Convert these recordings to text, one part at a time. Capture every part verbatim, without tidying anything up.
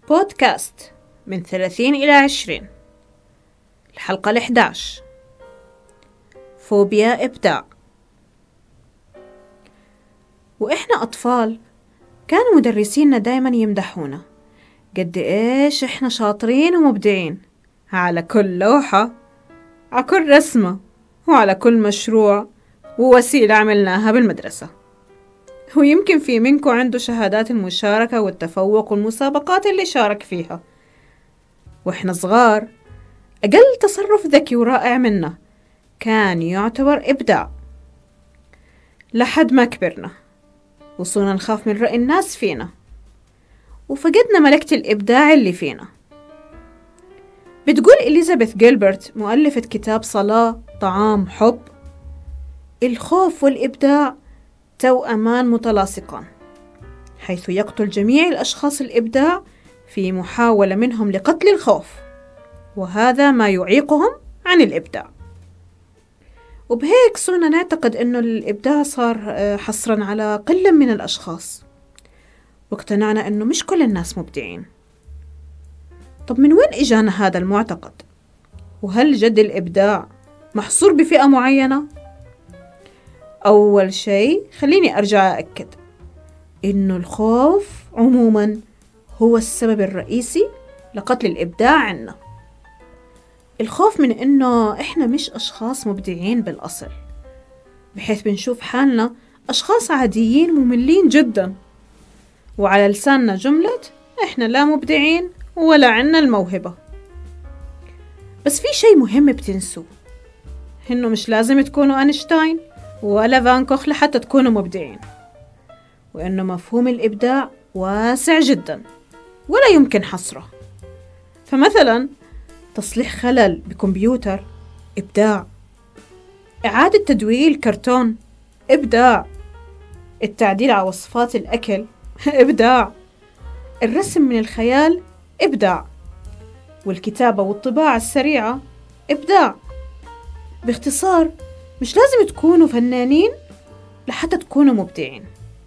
بودكاست من ثلاثين إلى عشرين. الحلقة الإحدى عشر، فوبيا إبداع. وإحنا أطفال كانوا مدرسينا دايما يمدحونا قد إيش إحنا شاطرين ومبدعين على كل لوحة، على كل رسمة، وعلى كل مشروع ووسيلة عملناها بالمدرسة. ويمكن في منكم عنده شهادات المشاركة والتفوق والمسابقات اللي شارك فيها. وإحنا صغار أقل تصرف ذكي ورائع منا كان يعتبر إبداع، لحد ما كبرنا وصلنا نخاف من رأي الناس فينا وفقدنا ملكة الإبداع اللي فينا. بتقول إليزابيث جيلبرت مؤلفة كتاب صلاة طعام حب: الخوف والإبداع توأمان متلاصقان، حيث يقتل جميع الأشخاص الإبداع في محاولة منهم لقتل الخوف، وهذا ما يعيقهم عن الإبداع. وبهيك صرنا نعتقد أنه الإبداع صار حصرا على قلة من الأشخاص، واقتنعنا أنه مش كل الناس مبدعين. طب من وين إجانا هذا المعتقد؟ وهل جد الإبداع محصور بفئة معينة؟ أول شيء خليني أرجع أأكد إنه الخوف عموما هو السبب الرئيسي لقتل الإبداع عنا. الخوف من إنه إحنا مش أشخاص مبدعين بالأصل، بحيث بنشوف حالنا أشخاص عاديين مملين جدا، وعلى لساننا جملة إحنا لا مبدعين ولا عنا الموهبة. بس في شيء مهم بتنسوه، إنه مش لازم تكونوا أينشتاين ولا فان كوخ لحتى تكونوا مبدعين، وإنه مفهوم الإبداع واسع جدا ولا يمكن حصره. فمثلا تصليح خلل بكمبيوتر إبداع، إعادة تدوير كرتون إبداع، التعديل على وصفات الأكل إبداع، الرسم من الخيال إبداع، والكتابة والطباعة السريعة إبداع. باختصار مش لازم تكونوا فنانين لحتى تكونوا مبدعين.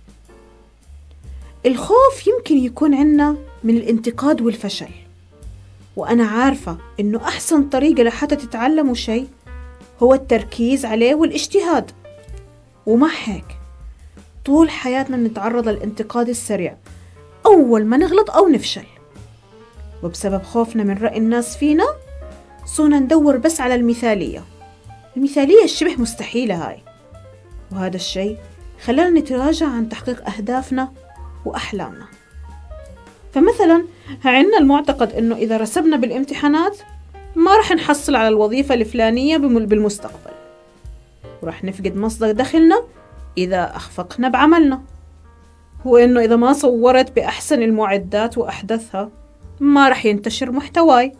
الخوف يمكن يكون عنا من الانتقاد والفشل، وأنا عارفة إنه أحسن طريقة لحتى تتعلموا شيء هو التركيز عليه والاجتهاد. ومع هيك طول حياتنا نتعرض للانتقاد السريع أول ما نغلط أو نفشل، وبسبب خوفنا من رأي الناس فينا صرنا ندور بس على المثالية المثالية الشبه مستحيلة هاي. وهذا الشيء خلانا نتراجع عن تحقيق أهدافنا وأحلامنا. فمثلا عندنا المعتقد إنه إذا رسبنا بالامتحانات ما رح نحصل على الوظيفة الفلانية بالمستقبل، ورح نفقد مصدر دخلنا إذا أخفقنا بعملنا، وإنه إذا ما صورت بأحسن المعدات وأحدثها ما رح ينتشر محتواي.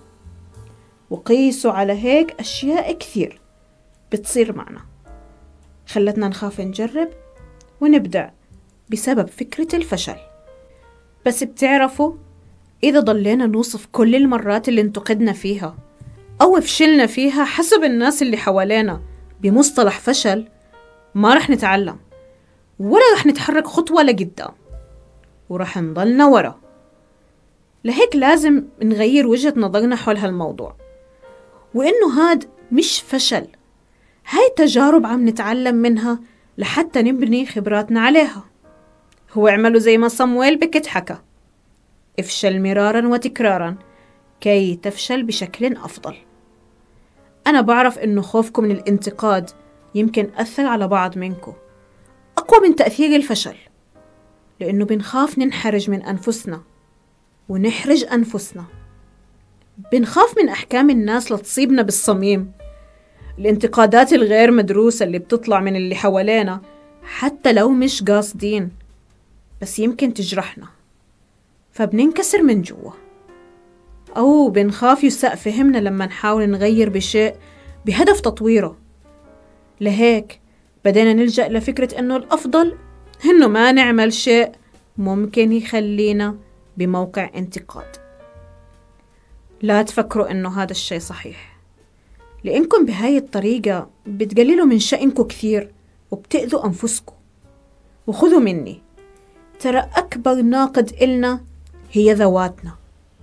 وقيسوا على هيك أشياء كثير بتصير معنا خلتنا نخاف نجرب ونبدع بسبب فكرة الفشل. بس بتعرفوا، إذا ضلينا نوصف كل المرات اللي انتقدنا فيها أو فشلنا فيها حسب الناس اللي حوالينا بمصطلح فشل، ما رح نتعلم ولا رح نتحرك خطوة لقدام، ورح نضلنا ورا. لهيك لازم نغير وجهة نظرنا حول هالموضوع، وإنه هاد مش فشل، هاي تجارب عم نتعلم منها لحتى نبني خبراتنا عليها. هو اعملوا زي ما صمويل بيكيت حكى: افشل مرارا وتكرارا كي تفشل بشكل أفضل. أنا بعرف إنه خوفكم من الانتقاد يمكن أثر على بعض منكم أقوى من تأثير الفشل، لأنه بنخاف ننحرج من أنفسنا ونحرج أنفسنا، بنخاف من أحكام الناس لتصيبنا بالصميم، الانتقادات الغير مدروسة اللي بتطلع من اللي حوالينا حتى لو مش قاصدين بس يمكن تجرحنا، فبننكسر من جوا. أو بنخاف يساء فهمنا لما نحاول نغير بشيء بهدف تطويره. لهيك بدينا نلجأ لفكرة أنه الأفضل إنه ما نعمل شيء ممكن يخلينا بموقع انتقاد. لا تفكروا أنه هذا الشيء صحيح، لأنكم بهاي الطريقة بتقللوا من شأنكم كثير وبتأذوا أنفسكم. وخذوا مني، ترى أكبر ناقد إلنا هي ذواتنا،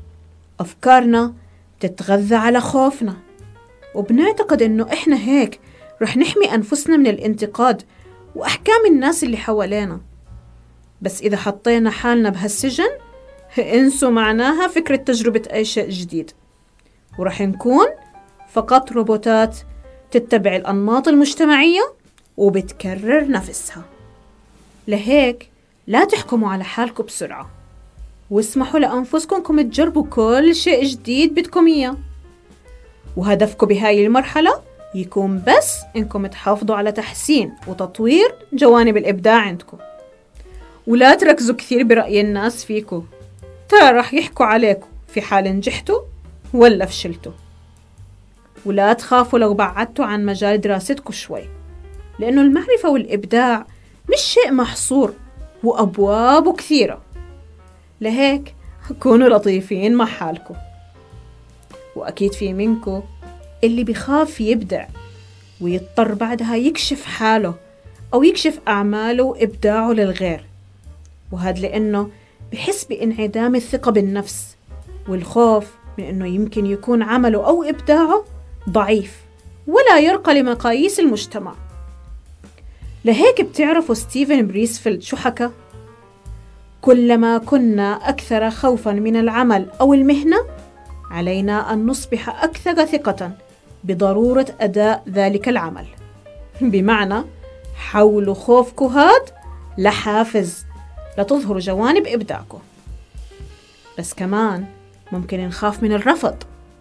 أفكارنا بتتغذى على خوفنا، وبنعتقد إنه إحنا هيك رح نحمي أنفسنا من الانتقاد وأحكام الناس اللي حوالينا. بس إذا حطينا حالنا بهالسجن، انسوا معناها فكرة تجربة أي شيء جديد، ورح نكون فقط روبوتات تتبع الأنماط المجتمعية وبتكرر نفسها. لهيك لا تحكموا على حالكم بسرعة، واسمحوا لأنفسكم انكم تجربوا كل شيء جديد بدكم إياه، وهدفكم بهاي المرحلة يكون بس انكم تحافظوا على تحسين وتطوير جوانب الإبداع عندكم، ولا تركزوا كثير برأي الناس فيكم، ترى رح يحكوا عليكم في حال نجحتوا ولا فشلتوا. ولا تخافوا لو بعدتوا عن مجال دراستكم شوي، لأنه المعرفة والإبداع مش شيء محصور وأبوابه كثيرة. لهيك كونوا لطيفين مع حالكم. وأكيد في منكم اللي بخاف يبدع ويضطر بعدها يكشف حاله أو يكشف أعماله وإبداعه للغير، وهذا لأنه بحس بانعدام الثقة بالنفس والخوف من أنه يمكن يكون عمله أو إبداعه ضعيف ولا يرقى لمقاييس المجتمع. لهيك بتعرفوا ستيفن بريسفيلد شو حكى؟ كلما كنا أكثر خوفاً من العمل أو المهنة، علينا أن نصبح أكثر ثقة بضرورة أداء ذلك العمل. بمعنى حولوا خوفكم هاد لحافز لتظهروا جوانب إبداعكم. بس كمان ممكن نخاف من الرفض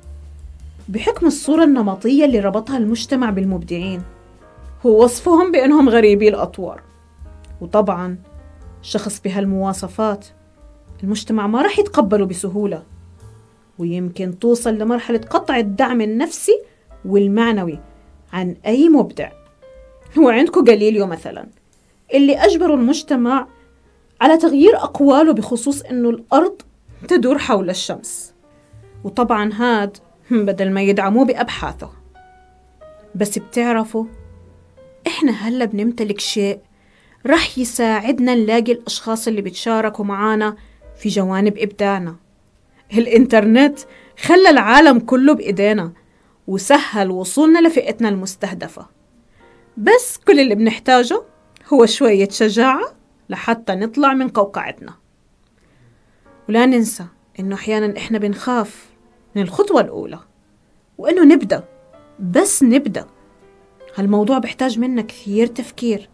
بحكم الصورة النمطية اللي ربطها المجتمع بالمبدعين، هو وصفهم بأنهم غريبي الأطوار. وطبعاً شخص بهالمواصفات المجتمع ما رح يتقبله بسهولة، ويمكن توصل لمرحلة قطع الدعم النفسي والمعنوي عن أي مبدع. وعندكم جاليليو مثلاً اللي أجبروا المجتمع على تغيير أقواله بخصوص أنه الأرض تدور حول الشمس، وطبعاً هاد بدل ما يدعموه بأبحاثه. بس بتعرفوا إحنا هلأ بنمتلك شيء رح يساعدنا نلاقي الأشخاص اللي بتشاركوا معانا في جوانب إبداعنا. الإنترنت خلى العالم كله بإيدينا وسهل وصولنا لفئتنا المستهدفة، بس كل اللي بنحتاجه هو شوية شجاعة لحتى نطلع من قوقعتنا. ولا ننسى إنه أحياناً إحنا بنخاف من الخطوة الأولى، وإنه نبدأ، بس نبدأ. هالموضوع بيحتاج منا كثير تفكير،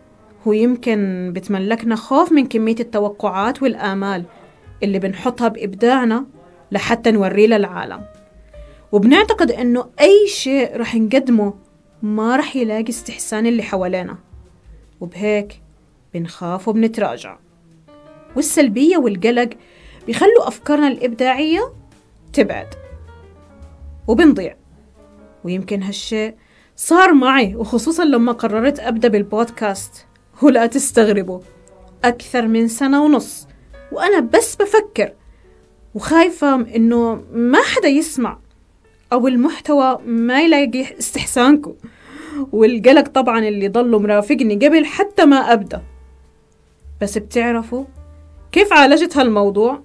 ويمكن بتملكنا خوف من كمية التوقعات والآمال اللي بنحطها بإبداعنا لحتى نوريه للعالم، وبنعتقد إنه أي شيء رح نقدمه ما رح يلاقي استحسان اللي حوالينا، وبهيك بنخاف وبنتراجع. والسلبية والقلق بيخلوا أفكارنا الإبداعية تبعد وبنضيع. ويمكن هالشيء صار معي، وخصوصاً لما قررت أبدأ بالبودكاست. ولا تستغربوا، أكثر من سنة ونص وأنا بس بفكر وخايفة إنه ما حدا يسمع أو المحتوى ما يلاقي استحسانكم، والقلق طبعاً اللي ضلوا مرافقني قبل حتى ما أبدأ. بس بتعرفوا كيف عالجت هالموضوع؟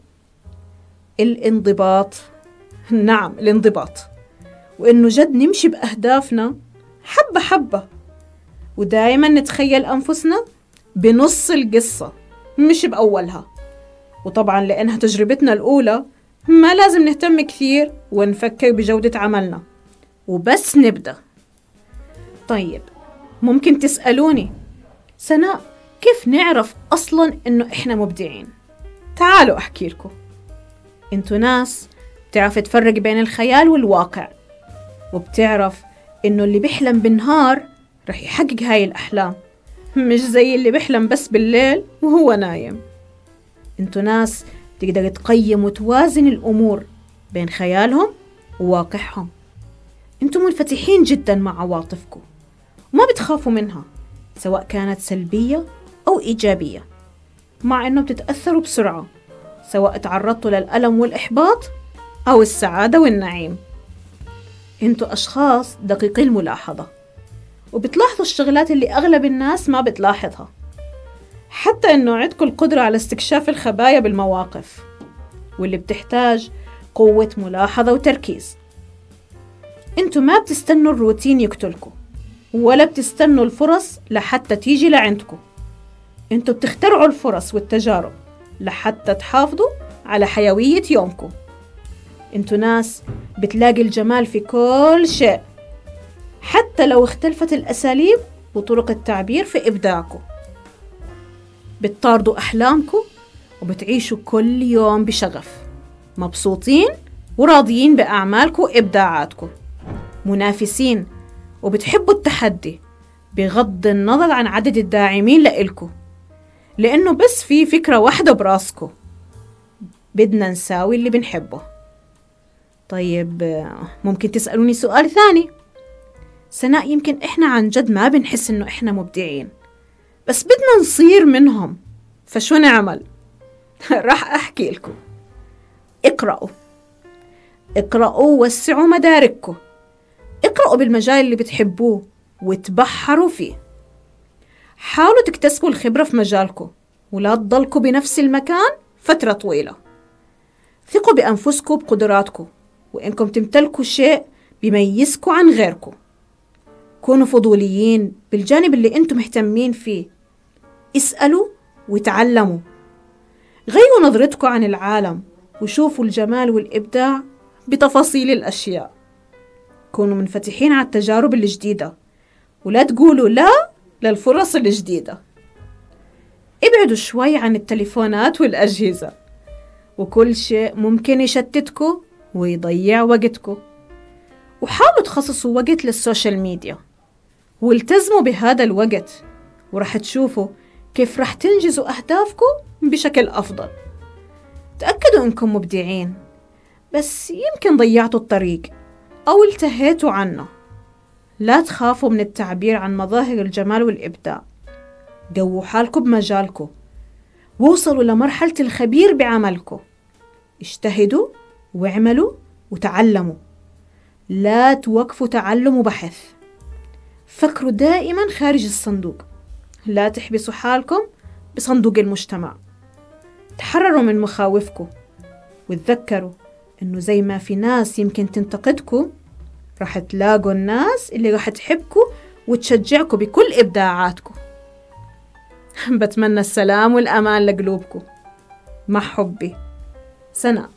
الانضباط. نعم، الانضباط، وإنه جد نمشي بأهدافنا حبة حبة، ودائما نتخيل أنفسنا بنص القصة مش بأولها. وطبعا لأنها تجربتنا الأولى ما لازم نهتم كثير ونفكر بجودة عملنا، وبس نبدأ. طيب، ممكن تسألوني سناء كيف نعرف أصلا إنه إحنا مبدعين؟ تعالوا أحكي لكم. انتو ناس بتعرف تفرق بين الخيال والواقع، وبتعرف إنه اللي بيحلم بالنهار رح يحقق هاي الأحلام، مش زي اللي بيحلم بس بالليل وهو نايم. انتو ناس تقدر تقيم وتوازن الأمور بين خيالهم وواقعهم. انتو منفتحين جدا مع عواطفكم وما بتخافوا منها، سواء كانت سلبية أو إيجابية، مع إنه بتتأثروا بسرعة سواء تعرضتوا للألم والإحباط أو السعادة والنعيم. انتو أشخاص دقيقي الملاحظة، وبتلاحظوا الشغلات اللي أغلب الناس ما بتلاحظها، حتى إنه عندكم القدرة على استكشاف الخبايا بالمواقف، واللي بتحتاج قوة ملاحظة وتركيز. انتوا ما بتستنوا الروتين يقتلكوا، ولا بتستنوا الفرص لحتى تيجي لعندكوا. انتوا بتخترعوا الفرص والتجارب لحتى تحافظوا على حيوية يومكم. انتوا ناس بتلاقي الجمال في كل شيء، حتى لو اختلفت الأساليب وطرق التعبير في إبداعكم. بتطاردوا أحلامكم وبتعيشوا كل يوم بشغف، مبسوطين وراضيين بأعمالكم وإبداعاتكم، منافسين وبتحبوا التحدي بغض النظر عن عدد الداعمين لإلكم، لأنه بس في فكرة واحدة براسكم: بدنا نساوي اللي بنحبه. طيب ممكن تسألوني سؤال ثاني: سناء، يمكن إحنا عن جد ما بنحس إنه إحنا مبدعين، بس بدنا نصير منهم، فشو نعمل؟ راح أحكي لكم. اقرأوا اقرأوا ووسعوا مدارككم. اقرأوا بالمجال اللي بتحبوه وتبحروا فيه. حاولوا تكتسبوا الخبرة في مجالكم ولا تضلكوا بنفس المكان فترة طويلة. ثقوا بأنفسكم بقدراتكم وإنكم تمتلكوا شيء بيميزكم عن غيركم. كونوا فضوليين بالجانب اللي أنتم مهتمين فيه. اسألوا وتعلموا. غيروا نظرتكم عن العالم وشوفوا الجمال والإبداع بتفاصيل الأشياء. كونوا منفتحين على التجارب الجديدة ولا تقولوا لا للفرص الجديدة. ابعدوا شوي عن التليفونات والأجهزة وكل شيء ممكن يشتتكم ويضيع وقتكم، وحاولوا تخصصوا وقت للسوشيال ميديا والتزموا بهذا الوقت، ورح تشوفوا كيف رح تنجزوا أهدافكم بشكل أفضل. تأكدوا إنكم مبدعين، بس يمكن ضيعتوا الطريق أو التهيتوا عنه. لا تخافوا من التعبير عن مظاهر الجمال والإبداع. قووا حالكم بمجالكم ووصلوا لمرحلة الخبير بعملكم. اجتهدوا واعملوا وتعلموا. لا توقفوا تعلم وبحث. فكروا دائما خارج الصندوق. لا تحبسوا حالكم بصندوق المجتمع. تحرروا من مخاوفكم وتذكروا إنه زي ما في ناس يمكن تنتقدكم، رح تلاقوا الناس اللي رح تحبكم وتشجعكم بكل إبداعاتكم. بتمنى السلام والأمان لقلوبكم. مع حبي، سناء.